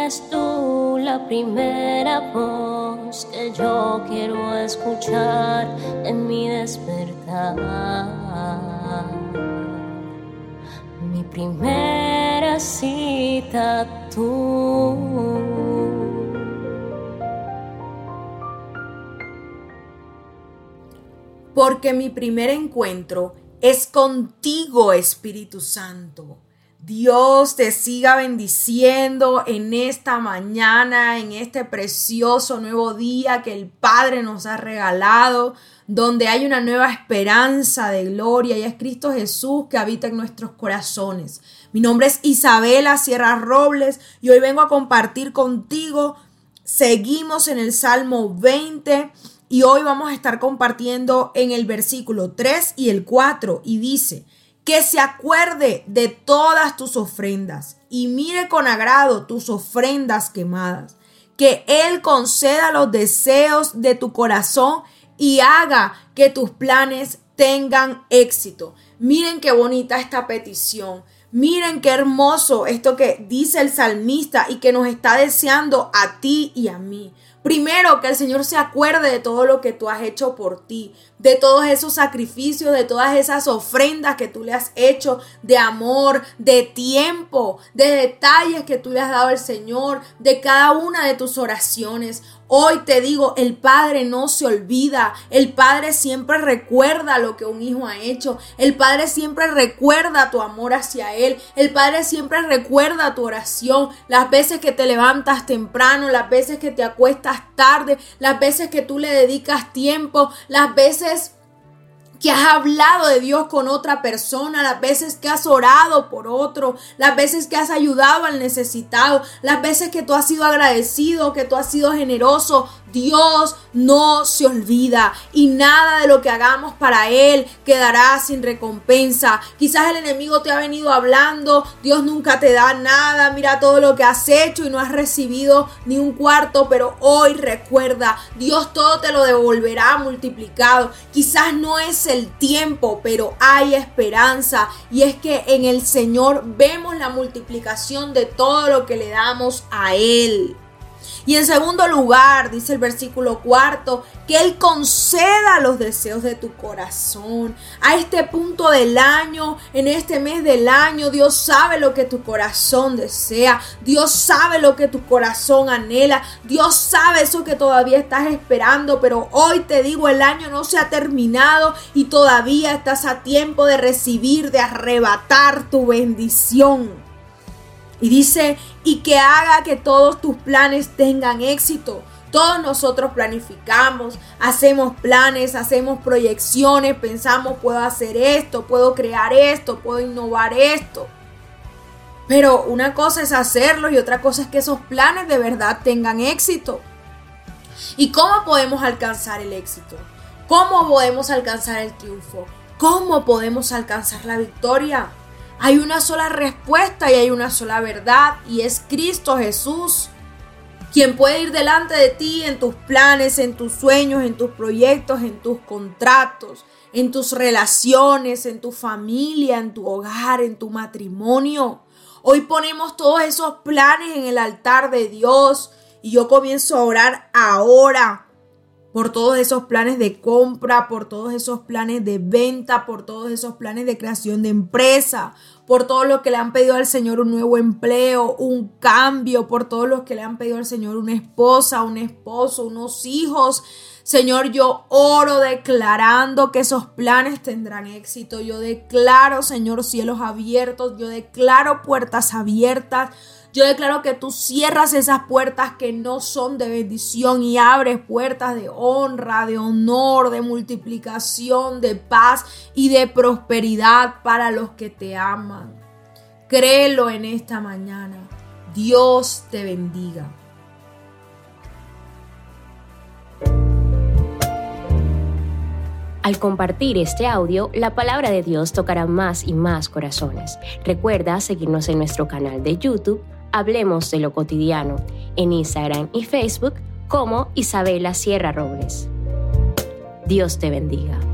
Eres tú la primera voz que yo quiero escuchar en mi despertar. Mi primera cita tú. Porque mi primer encuentro es contigo, Espíritu Santo. Dios te siga bendiciendo en esta mañana, en este precioso nuevo día que el Padre nos ha regalado, donde hay una nueva esperanza de gloria y es Cristo Jesús que habita en nuestros corazones. Mi nombre es Isabela Sierra Robles y hoy vengo a compartir contigo. Seguimos en el Salmo 20 y hoy vamos a estar compartiendo en el versículo 3 y el 4 y dice: que se acuerde de todas tus ofrendas y mire con agrado tus ofrendas quemadas. Que Él conceda los deseos de tu corazón y haga que tus planes tengan éxito. Miren qué bonita esta petición. Miren qué hermoso esto que dice el salmista y que nos está deseando a ti y a mí. Primero, que el Señor se acuerde de todo lo que tú has hecho por ti, de todos esos sacrificios, de todas esas ofrendas que tú le has hecho, de amor, de tiempo, de detalles que tú le has dado al Señor, de cada una de tus oraciones. Hoy te digo, el Padre no se olvida, el Padre siempre recuerda lo que un hijo ha hecho, el Padre siempre recuerda tu amor hacia Él, el Padre siempre recuerda tu oración, las veces que te levantas temprano, las veces que te acuestas tarde, las veces que tú le dedicas tiempo, las veces que has hablado de Dios con otra persona, las veces que has orado por otro, las veces que has ayudado al necesitado, las veces que tú has sido agradecido, que tú has sido generoso. Dios no se olvida y nada de lo que hagamos para Él quedará sin recompensa. Quizás el enemigo te ha venido hablando, Dios nunca te da nada, mira todo lo que has hecho y no has recibido ni un cuarto, pero hoy recuerda, Dios todo te lo devolverá multiplicado. Quizás no es el tiempo, pero hay esperanza y es que en el Señor vemos la multiplicación de todo lo que le damos a Él. Y en segundo lugar, dice el versículo 4, que Él conceda los deseos de tu corazón. A este punto del año, en este mes del año, Dios sabe lo que tu corazón desea. Dios sabe lo que tu corazón anhela. Dios sabe eso que todavía estás esperando. Pero hoy te digo, el año no se ha terminado y todavía estás a tiempo de recibir, de arrebatar tu bendición. Y dice, y que haga que todos tus planes tengan éxito. Todos nosotros planificamos, hacemos planes, hacemos proyecciones, pensamos, puedo hacer esto, puedo crear esto, puedo innovar esto. Pero una cosa es hacerlo y otra cosa es que esos planes de verdad tengan éxito. ¿Y cómo podemos alcanzar el éxito? ¿Cómo podemos alcanzar el triunfo? ¿Cómo podemos alcanzar la victoria? Hay una sola respuesta y hay una sola verdad y es Cristo Jesús, quien puede ir delante de ti en tus planes, en tus sueños, en tus proyectos, en tus contratos, en tus relaciones, en tu familia, en tu hogar, en tu matrimonio. Hoy ponemos todos esos planes en el altar de Dios y yo comienzo a orar ahora por todos esos planes de compra, por todos esos planes de venta, por todos esos planes de creación de empresa, por todos los que le han pedido al Señor un nuevo empleo, un cambio, por todos los que le han pedido al Señor una esposa, un esposo, unos hijos. Señor, yo oro declarando que esos planes tendrán éxito. Yo declaro, Señor, cielos abiertos. Yo declaro puertas abiertas. Yo declaro que tú cierras esas puertas que no son de bendición y abres puertas de honra, de honor, de multiplicación, de paz y de prosperidad para los que te aman. Créelo en esta mañana. Dios te bendiga. Al compartir este audio, la palabra de Dios tocará más y más corazones. Recuerda seguirnos en nuestro canal de YouTube, Hablemos de lo Cotidiano, en Instagram y Facebook como Isabela Sierra Robles. Dios te bendiga.